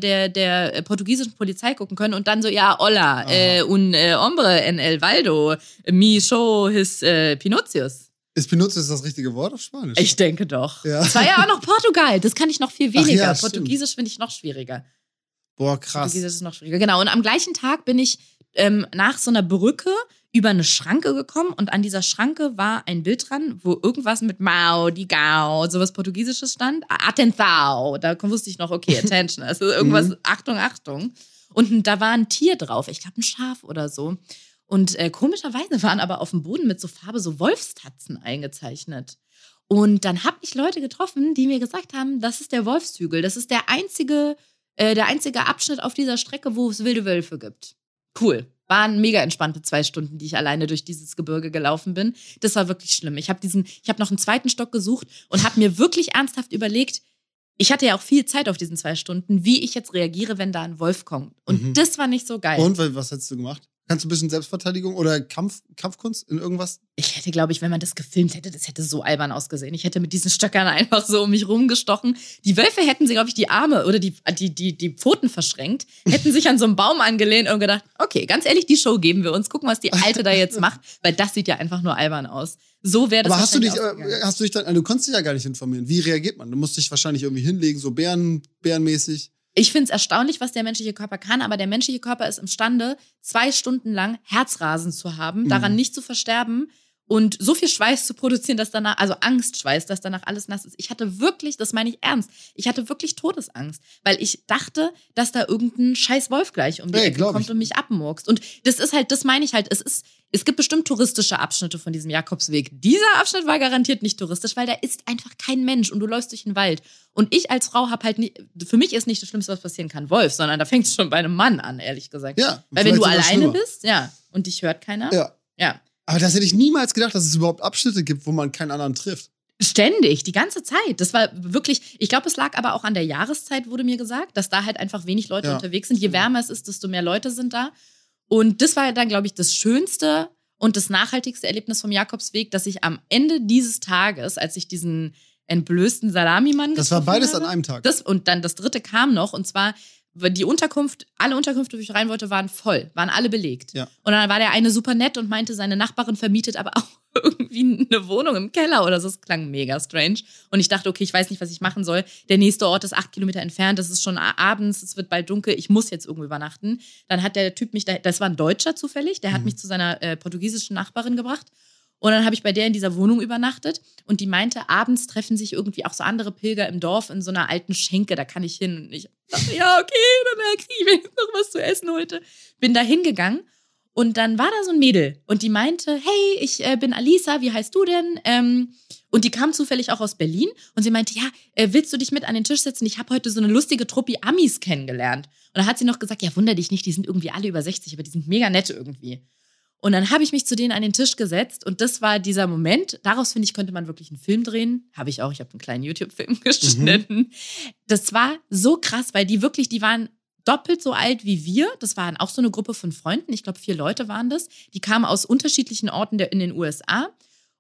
der portugiesischen Polizei gucken können und dann so, ja, hola, un hombre en el Valdo, mi show his Pinocchios. Ist Pinocchios das richtige Wort auf Spanisch? Ich denke doch. Ja. Das war ja auch noch Portugal, das kann ich noch viel weniger. Ja, Portugiesisch finde ich noch schwieriger. Boah, krass. Das ist noch schwieriger. Genau. Und am gleichen Tag bin ich nach so einer Brücke über eine Schranke gekommen und an dieser Schranke war ein Bild dran, wo irgendwas mit Mau, die Gau, sowas Portugiesisches stand. Atenção. Da wusste ich noch, okay, Attention. Also irgendwas, Achtung, Achtung. Und da war ein Tier drauf. Ich glaube, ein Schaf oder so. Und komischerweise waren aber auf dem Boden mit so Farbe so Wolfstatzen eingezeichnet. Und dann habe ich Leute getroffen, die mir gesagt haben, das ist der Wolfshügel. Das ist der einzige Abschnitt auf dieser Strecke, wo es wilde Wölfe gibt. Cool. Waren mega entspannte 2 Stunden, die ich alleine durch dieses Gebirge gelaufen bin. Das war wirklich schlimm. Ich habe noch einen zweiten Stock gesucht und habe mir wirklich ernsthaft überlegt, ich hatte ja auch viel Zeit auf diesen 2 Stunden, wie ich jetzt reagiere, wenn da ein Wolf kommt. Und das war nicht so geil. Und was hättest du gemacht? Kannst du ein bisschen Selbstverteidigung oder Kampfkunst in irgendwas? Ich hätte, glaube ich, wenn man das gefilmt hätte, das hätte so albern ausgesehen. Ich hätte mit diesen Stöckern einfach so um mich rumgestochen. Die Wölfe hätten sich, glaube ich, die Arme oder die Pfoten verschränkt, hätten sich an so einem Baum angelehnt und gedacht, okay, ganz ehrlich, die Show geben wir uns. Gucken, was die Alte da jetzt macht, weil das sieht ja einfach nur albern aus. So wäre das. Aber hast du dich dann, du konntest dich ja gar nicht informieren. Wie reagiert man? Du musst dich wahrscheinlich irgendwie hinlegen, so bärenmäßig. Ich finde es erstaunlich, was der menschliche Körper kann, aber der menschliche Körper ist imstande, 2 Stunden lang Herzrasen zu haben, daran nicht zu versterben und so viel Schweiß zu produzieren, dass danach, also Angstschweiß, dass danach alles nass ist. Ich hatte wirklich, das meine ich ernst, ich hatte wirklich Todesangst, weil ich dachte, dass da irgendein scheiß Wolf gleich um die Ecke kommt und mich abmurkst. Und das meine ich halt, es gibt bestimmt touristische Abschnitte von diesem Jakobsweg. Dieser Abschnitt war garantiert nicht touristisch, weil da ist einfach kein Mensch und du läufst durch den Wald. Und ich als Frau habe halt nicht, für mich ist nicht das Schlimmste, was passieren kann, Wolf, sondern da fängt es schon bei einem Mann an, ehrlich gesagt. Ja. Weil wenn du alleine bist, und dich hört keiner. Ja. Aber das hätte ich niemals gedacht, dass es überhaupt Abschnitte gibt, wo man keinen anderen trifft. Ständig, die ganze Zeit. Das war wirklich, ich glaube, es lag aber auch an der Jahreszeit, wurde mir gesagt, dass da halt einfach wenig Leute unterwegs sind. Je wärmer es ist, desto mehr Leute sind da. Und das war dann, glaube ich, das schönste und das nachhaltigste Erlebnis vom Jakobsweg, dass ich am Ende dieses Tages, als ich diesen entblößten Salamimann das war beides an einem Tag. Und dann das dritte kam noch, und zwar die alle Unterkünfte, wo ich rein wollte, waren voll, waren alle belegt. Ja. Und dann war der eine super nett und meinte, seine Nachbarin vermietet aber auch irgendwie eine Wohnung im Keller oder so. Das klang mega strange. Und ich dachte, okay, ich weiß nicht, was ich machen soll. Der nächste Ort ist 8 Kilometer entfernt, das ist schon abends, es wird bald dunkel, ich muss jetzt irgendwo übernachten. Dann hat der Typ mich, das war ein Deutscher zufällig, der hat mich zu seiner portugiesischen Nachbarin gebracht. Und dann habe ich bei der in dieser Wohnung übernachtet und die meinte, abends treffen sich irgendwie auch so andere Pilger im Dorf in so einer alten Schenke, da kann ich hin. Und ich dachte, ja, okay, dann kriege ich wenigstens noch was zu essen heute. Bin da hingegangen und dann war da so ein Mädel und die meinte, hey, ich bin Alisa, wie heißt du denn? Und die kam zufällig auch aus Berlin und sie meinte, ja, willst du dich mit an den Tisch setzen? Ich habe heute so eine lustige Truppi Amis kennengelernt. Und dann hat sie noch gesagt, ja, wunder dich nicht, die sind irgendwie alle über 60, aber die sind mega nett irgendwie. Und dann habe ich mich zu denen an den Tisch gesetzt und das war dieser Moment. Daraus, finde ich, könnte man wirklich einen Film drehen. Habe ich auch. Ich habe einen kleinen YouTube-Film geschnitten. Das war so krass, weil die waren doppelt so alt wie wir. Das waren auch so eine Gruppe von Freunden. Ich glaube, 4 Leute waren das. Die kamen aus unterschiedlichen Orten in den USA.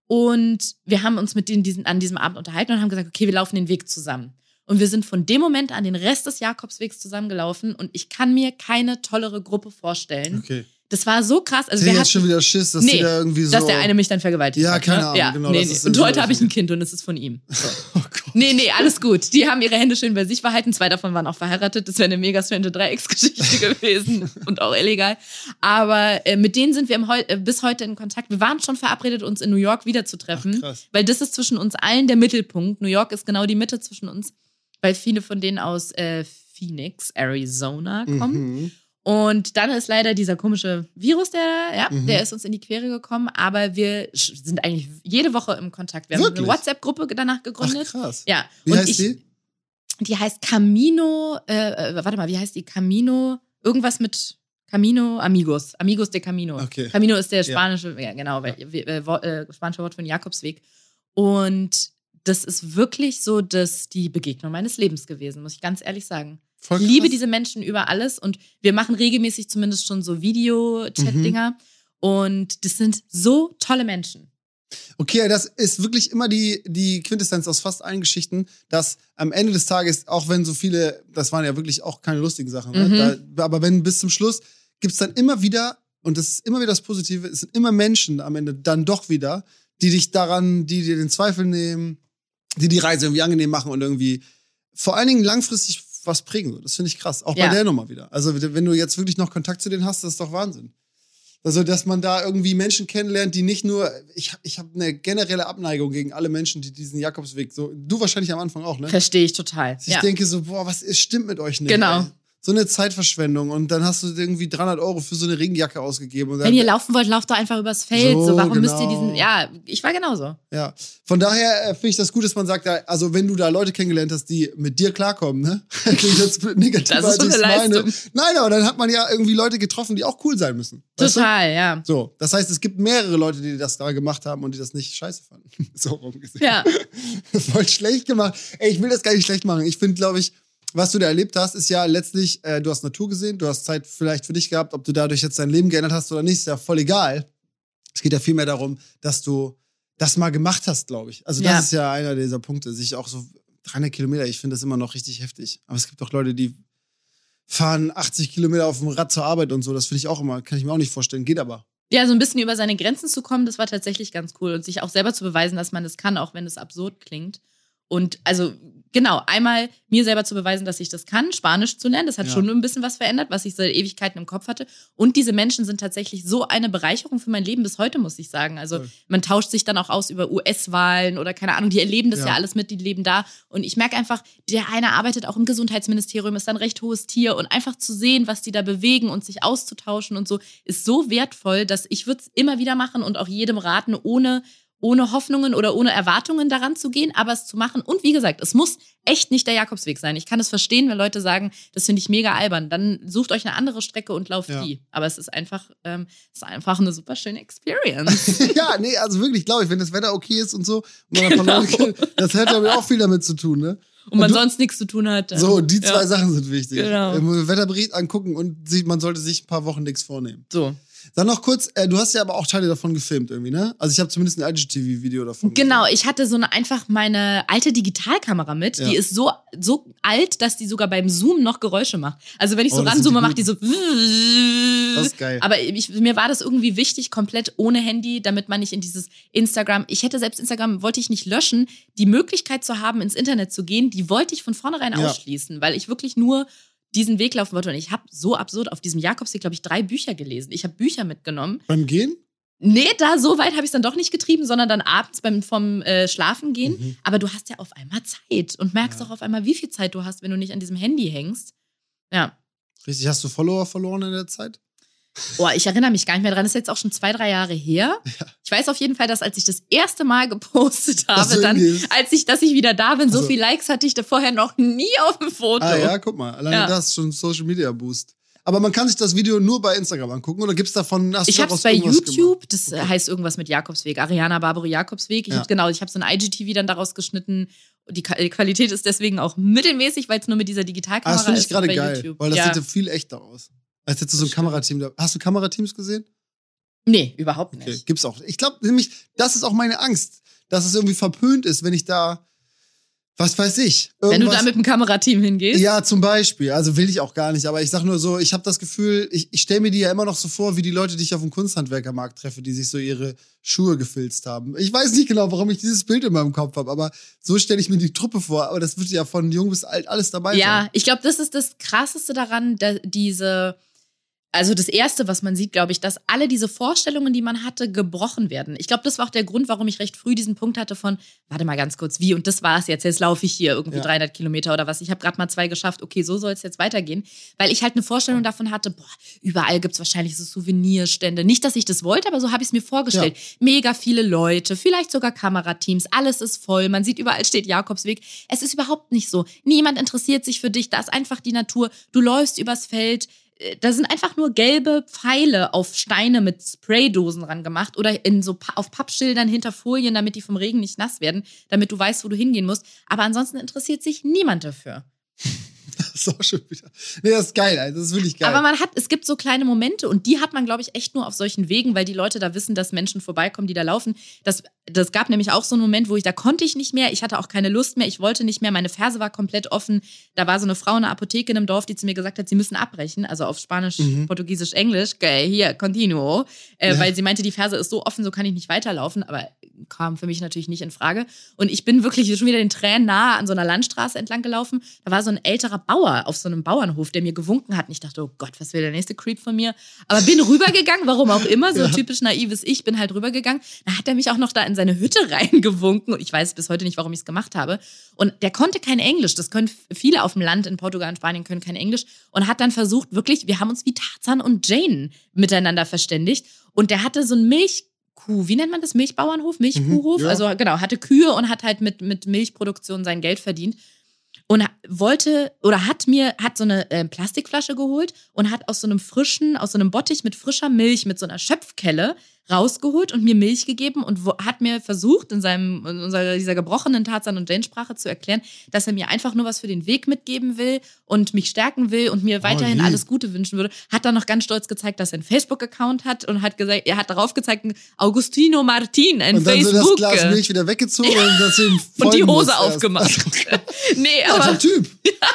Und wir haben uns mit denen an diesem Abend unterhalten und haben gesagt, okay, wir laufen den Weg zusammen. Und wir sind von dem Moment an den Rest des Jakobswegs zusammengelaufen. Und ich kann mir keine tollere Gruppe vorstellen. Okay. Das war so krass. Also Sie hat schon wieder Schiss, dass die da irgendwie so... dass der eine mich dann vergewaltigt hat. Ja, keine Ahnung, ja, genau. Nee. Und heute habe ich ein Kind und es ist von ihm. So. Oh Gott. Nee, alles gut. Die haben ihre Hände schön bei sich behalten. 2 davon waren auch verheiratet. Das wäre eine mega strange Dreiecksgeschichte gewesen und auch illegal. Aber mit denen sind wir bis heute in Kontakt. Wir waren schon verabredet, uns in New York wiederzutreffen. Ach, krass. Weil das ist zwischen uns allen der Mittelpunkt. New York ist genau die Mitte zwischen uns. Weil viele von denen aus Phoenix, Arizona kommen. Mhm. Und dann ist leider dieser komische Virus, der ist uns in die Quere gekommen. Aber wir sind eigentlich jede Woche im Kontakt. Wir haben eine WhatsApp-Gruppe danach gegründet. Ach, krass. Ja. Wie heißt die? Die heißt Camino, wie heißt die? Camino, irgendwas mit Camino Amigos. Amigos de Camino. Okay. Camino ist der spanische, spanische Wort für den Jakobsweg. Und das ist wirklich so die Begegnung meines Lebens gewesen, muss ich ganz ehrlich sagen. Ich liebe diese Menschen über alles und wir machen regelmäßig zumindest schon so Video-Chat-Dinger und das sind so tolle Menschen. Okay, das ist wirklich immer die Quintessenz aus fast allen Geschichten, dass am Ende des Tages, auch wenn so viele, das waren ja wirklich auch keine lustigen Sachen, ne? Aber wenn bis zum Schluss gibt's dann immer wieder, und das ist immer wieder das Positive, es sind immer Menschen am Ende dann doch wieder, die dir den Zweifel nehmen, die Reise irgendwie angenehm machen und irgendwie vor allen Dingen langfristig was prägen. Das finde ich krass. Auch bei der Nummer wieder. Also wenn du jetzt wirklich noch Kontakt zu denen hast, das ist doch Wahnsinn. Also, dass man da irgendwie Menschen kennenlernt, die nicht nur, ich habe eine generelle Abneigung gegen alle Menschen, die diesen Jakobsweg so, du wahrscheinlich am Anfang auch, ne? Verstehe ich total. Ich denke so, boah, stimmt mit euch nicht? Genau. Ey. So eine Zeitverschwendung und dann hast du irgendwie 300 € für so eine Regenjacke ausgegeben. Und dann, wenn ihr laufen wollt, lauft doch einfach übers Feld. So, warum müsst ihr diesen, ich war genauso. Ja, von daher finde ich das gut, dass man sagt, also wenn du da Leute kennengelernt hast, die mit dir klarkommen, ne? Klingt jetzt negativ, das ist schon eine Leistung. Nein, aber dann hat man ja irgendwie Leute getroffen, die auch cool sein müssen. Total, ja. So, das heißt, es gibt mehrere Leute, die das da gemacht haben und die das nicht scheiße fanden. So rumgesehen. Ja. Voll schlecht gemacht. Ey, ich will das gar nicht schlecht machen. Ich finde, glaube ich, was du da erlebt hast, ist ja letztlich, du hast Natur gesehen, du hast Zeit vielleicht für dich gehabt, ob du dadurch jetzt dein Leben geändert hast oder nicht, ist ja voll egal. Es geht ja vielmehr darum, dass du das mal gemacht hast, glaube ich. Also das ist ja einer dieser Punkte, sich auch so 300 Kilometer, ich finde das immer noch richtig heftig. Aber es gibt auch Leute, die fahren 80 Kilometer auf dem Rad zur Arbeit und so, das finde ich auch immer, kann ich mir auch nicht vorstellen, geht aber. Ja, so ein bisschen über seine Grenzen zu kommen, das war tatsächlich ganz cool und sich auch selber zu beweisen, dass man das kann, auch wenn es absurd klingt. Und also genau, einmal mir selber zu beweisen, dass ich das kann, Spanisch zu lernen. Das hat schon ein bisschen was verändert, was ich seit Ewigkeiten im Kopf hatte. Und diese Menschen sind tatsächlich so eine Bereicherung für mein Leben bis heute, muss ich sagen. Also man tauscht sich dann auch aus über US-Wahlen oder keine Ahnung, die erleben das ja alles mit, die leben da. Und ich merke einfach, der eine arbeitet auch im Gesundheitsministerium, ist ein recht hohes Tier. Und einfach zu sehen, was die da bewegen und sich auszutauschen und so, ist so wertvoll, dass ich würde es immer wieder machen und auch jedem raten, ohne Hoffnungen oder ohne Erwartungen daran zu gehen, aber es zu machen. Und wie gesagt, es muss echt nicht der Jakobsweg sein. Ich kann es verstehen, wenn Leute sagen, das finde ich mega albern. Dann sucht euch eine andere Strecke und lauft die. Aber es ist einfach eine super schöne Experience. Ja, nee, also wirklich, glaube ich, wenn das Wetter okay ist und so, und man das hat ja auch viel damit zu tun, ne? Und man sonst nichts zu tun hat. So, die zwei Sachen sind wichtig. Genau. Wetterbericht angucken und man sollte sich ein paar Wochen nichts vornehmen. So. Dann noch kurz, du hast ja aber auch Teile davon gefilmt irgendwie, ne? Also ich habe zumindest ein IGTV-Video davon Genau, gesehen. ich hatte einfach meine alte Digitalkamera mit. Die ist so alt, dass die sogar beim Zoom noch Geräusche macht. Also wenn ich so ranzoome, macht die so... Das ist geil. Aber mir war das irgendwie wichtig, komplett ohne Handy, damit man nicht in dieses Instagram... Ich hätte selbst Instagram, wollte ich nicht löschen. Die Möglichkeit zu haben, ins Internet zu gehen, die wollte ich von vornherein ausschließen, weil ich wirklich nur diesen Weg laufen wollte. Und ich habe so absurd auf diesem Jakobsweg, glaube ich, 3 Bücher gelesen. Ich habe Bücher mitgenommen. Beim Gehen? Nee, da so weit habe ich es dann doch nicht getrieben, sondern dann abends vom Schlafen gehen. Mhm. Aber du hast ja auf einmal Zeit und merkst auch auf einmal, wie viel Zeit du hast, wenn du nicht an diesem Handy hängst. Ja. Richtig, hast du Follower verloren in der Zeit? Oh, ich erinnere mich gar nicht mehr dran. Das ist jetzt auch schon 2-3 Jahre her. Ja. Ich weiß auf jeden Fall, dass als ich das erste Mal gepostet habe, dass ich wieder da bin, so viele Likes hatte ich da vorher noch nie auf dem Foto. Ah ja, guck mal. Alleine das ist schon Social Media Boost. Aber man kann sich das Video nur bei Instagram angucken oder gibt's davon? Ich habe es bei YouTube, das heißt irgendwas mit Jakobsweg, Ariana Barbary Jakobsweg. Ich habe so ein IGTV dann daraus geschnitten. Die Qualität ist deswegen auch mittelmäßig, weil es nur mit dieser Digitalkamera ist. Das finde ich gerade geil, YouTube. weil das sieht viel echter aus. Als hättest du so ein Kamerateam da. Hast du Kamerateams gesehen? Nee, überhaupt nicht. Okay, gibt's auch. Ich glaube nämlich, das ist auch meine Angst, dass es irgendwie verpönt ist, wenn ich da Was weiß ich. Wenn du da mit dem Kamerateam hingehst? Ja, zum Beispiel. Also will ich auch gar nicht. Aber ich sag nur so, ich habe das Gefühl, ich stelle mir die ja immer noch so vor, wie die Leute, die ich auf dem Kunsthandwerkermarkt treffe, die sich so ihre Schuhe gefilzt haben. Ich weiß nicht genau, warum ich dieses Bild in meinem Kopf habe, aber so stelle ich mir die Truppe vor. Aber das wird ja von jung bis alt alles dabei sein. Ja, ich glaube, das ist das Krasseste daran, also das Erste, was man sieht, glaube ich, dass alle diese Vorstellungen, die man hatte, gebrochen werden. Ich glaube, das war auch der Grund, warum ich recht früh diesen Punkt hatte von, warte mal ganz kurz, wie? Und das war's jetzt laufe ich hier irgendwie 300 Kilometer oder was. Ich habe gerade mal 2 geschafft, okay, so soll es jetzt weitergehen. Weil ich halt eine Vorstellung davon hatte, überall gibt's wahrscheinlich so Souvenirstände. Nicht, dass ich das wollte, aber so habe ich es mir vorgestellt. Ja. Mega viele Leute, vielleicht sogar Kamerateams, alles ist voll. Man sieht, überall steht Jakobsweg. Es ist überhaupt nicht so. Niemand interessiert sich für dich, da ist einfach die Natur. Du läufst übers Feld. Da sind einfach nur gelbe Pfeile auf Steine mit Spraydosen ran gemacht oder auf Pappschildern hinter Folien, damit die vom Regen nicht nass werden, damit du weißt, wo du hingehen musst. Aber ansonsten interessiert sich niemand dafür. Das ist auch schon wieder. Nee, das ist geil, Alter. Das ist wirklich geil. Aber es gibt so kleine Momente und die hat man, glaube ich, echt nur auf solchen Wegen, weil die Leute da wissen, dass Menschen vorbeikommen, die da laufen. Das gab nämlich auch so einen Moment, da konnte ich nicht mehr, ich hatte auch keine Lust mehr, ich wollte nicht mehr, meine Ferse war komplett offen. Da war so eine Frau in der Apotheke in einem Dorf, die zu mir gesagt hat, sie müssen abbrechen, also auf Spanisch, Portugiesisch, Englisch, hier, continuo, weil sie meinte, die Ferse ist so offen, so kann ich nicht weiterlaufen, aber kam für mich natürlich nicht in Frage. Und ich bin wirklich schon wieder den Tränen nahe an so einer Landstraße entlang gelaufen. Da war so ein älterer Bauer auf so einem Bauernhof, der mir gewunken hat. Und ich dachte, oh Gott, was will der nächste Creep von mir? Aber bin rübergegangen, warum auch immer, so typisch naives Ich, bin halt rübergegangen. Da hat er mich auch noch da in seine Hütte reingewunken. Und ich weiß bis heute nicht, warum ich es gemacht habe. Und der konnte kein Englisch. Das können viele auf dem Land in Portugal und Spanien können kein Englisch. Und hat dann versucht, wirklich, wir haben uns wie Tarzan und Jane miteinander verständigt. Und der hatte so ein wie nennt man das? Milchbauernhof? Milchkuhhof? Ja. Also genau, hatte Kühe und hat halt mit Milchproduktion sein Geld verdient. Und hat so eine Plastikflasche geholt und hat aus so einem Bottich mit frischer Milch, mit so einer Schöpfkelle rausgeholt und mir Milch gegeben und hat mir versucht, in dieser gebrochenen Tarzan- und Jane-Sprache zu erklären, dass er mir einfach nur was für den Weg mitgeben will und mich stärken will und mir weiterhin alles Gute wünschen würde. Hat dann noch ganz stolz gezeigt, dass er einen Facebook-Account hat und hat gesagt, er hat darauf gezeigt, Augustino Martin, ein Facebook. Und dann so das Glas Milch wieder weggezogen und die Hose aufgemacht. Nee, aber Typ.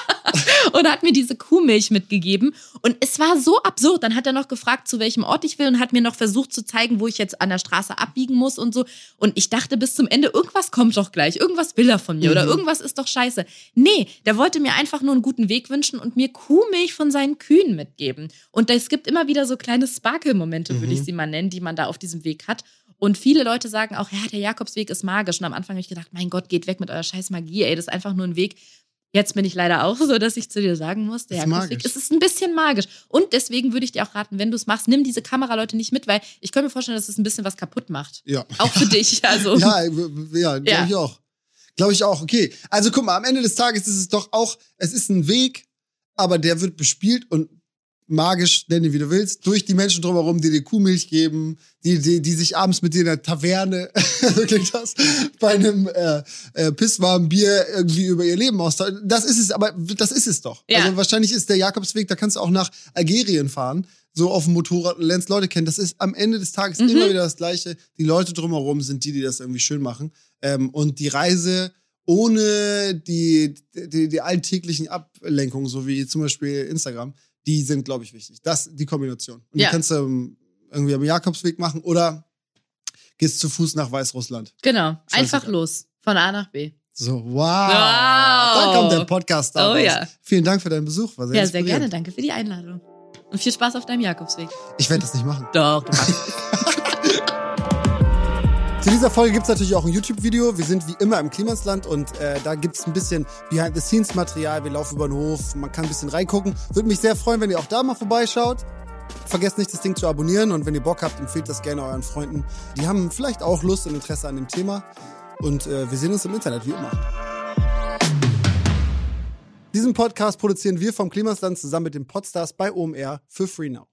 Und hat mir diese Kuhmilch mitgegeben. Und es war so absurd. Dann hat er noch gefragt, zu welchem Ort ich will und hat mir noch versucht zu zeigen, wo ich jetzt an der Straße abbiegen muss und so. Und ich dachte bis zum Ende, irgendwas kommt doch gleich. Irgendwas will er von mir oder irgendwas ist doch scheiße. Nee, der wollte mir einfach nur einen guten Weg wünschen und mir Kuhmilch von seinen Kühen mitgeben. Und es gibt immer wieder so kleine Sparkle-Momente, würde ich sie mal nennen, die man da auf diesem Weg hat. Und viele Leute sagen auch, ja, der Jakobsweg ist magisch. Und am Anfang habe ich gedacht, mein Gott, geht weg mit eurer scheiß Magie, ey, das ist einfach nur ein Weg. Jetzt bin ich leider auch so, dass ich zu dir sagen muss, der Jakobsweg, es ist ein bisschen magisch. Und deswegen würde ich dir auch raten, wenn du es machst, nimm diese Kameraleute nicht mit, weil ich könnte mir vorstellen, dass es ein bisschen was kaputt macht. Ja. Auch für dich. Also. Ja, glaube ich auch. Glaube ich auch, okay. Also guck mal, am Ende des Tages ist es doch auch, es ist ein Weg, aber der wird bespielt und magisch, nenn ihn wie du willst, durch die Menschen drumherum, die dir Kuhmilch geben, die sich abends mit dir in der Taverne, wirklich das, bei einem pisswarmen Bier irgendwie über ihr Leben austauschen. Das ist es, aber das ist es doch. Ja. Also wahrscheinlich ist der Jakobsweg, da kannst du auch nach Algerien fahren, so auf dem Motorrad und lernst Leute kennen. Das ist am Ende des Tages immer wieder das Gleiche. Die Leute drumherum sind die das irgendwie schön machen. Und die Reise ohne die alltäglichen Ablenkungen, so wie zum Beispiel Instagram, die sind, glaube ich, wichtig. Die Kombination. Und die kannst du irgendwie am Jakobsweg machen oder gehst zu Fuß nach Weißrussland. Genau. Einfach los. Von A nach B. So, wow. Da kommt der Podcast raus. Ja. Vielen Dank für deinen Besuch. War sehr sehr gerne. Danke für die Einladung. Und viel Spaß auf deinem Jakobsweg. Ich werde das nicht machen. Doch, du machst. Zu dieser Folge gibt es natürlich auch ein YouTube-Video. Wir sind wie immer im Klimasland und da gibt es ein bisschen Behind-the-Scenes-Material. Wir laufen über den Hof, man kann ein bisschen reingucken. Würde mich sehr freuen, wenn ihr auch da mal vorbeischaut. Vergesst nicht, das Ding zu abonnieren und wenn ihr Bock habt, empfehlt das gerne euren Freunden. Die haben vielleicht auch Lust und Interesse an dem Thema. Und wir sehen uns im Internet, wie immer. Diesen Podcast produzieren wir vom Klimasland zusammen mit den Podstars bei OMR für Free Now.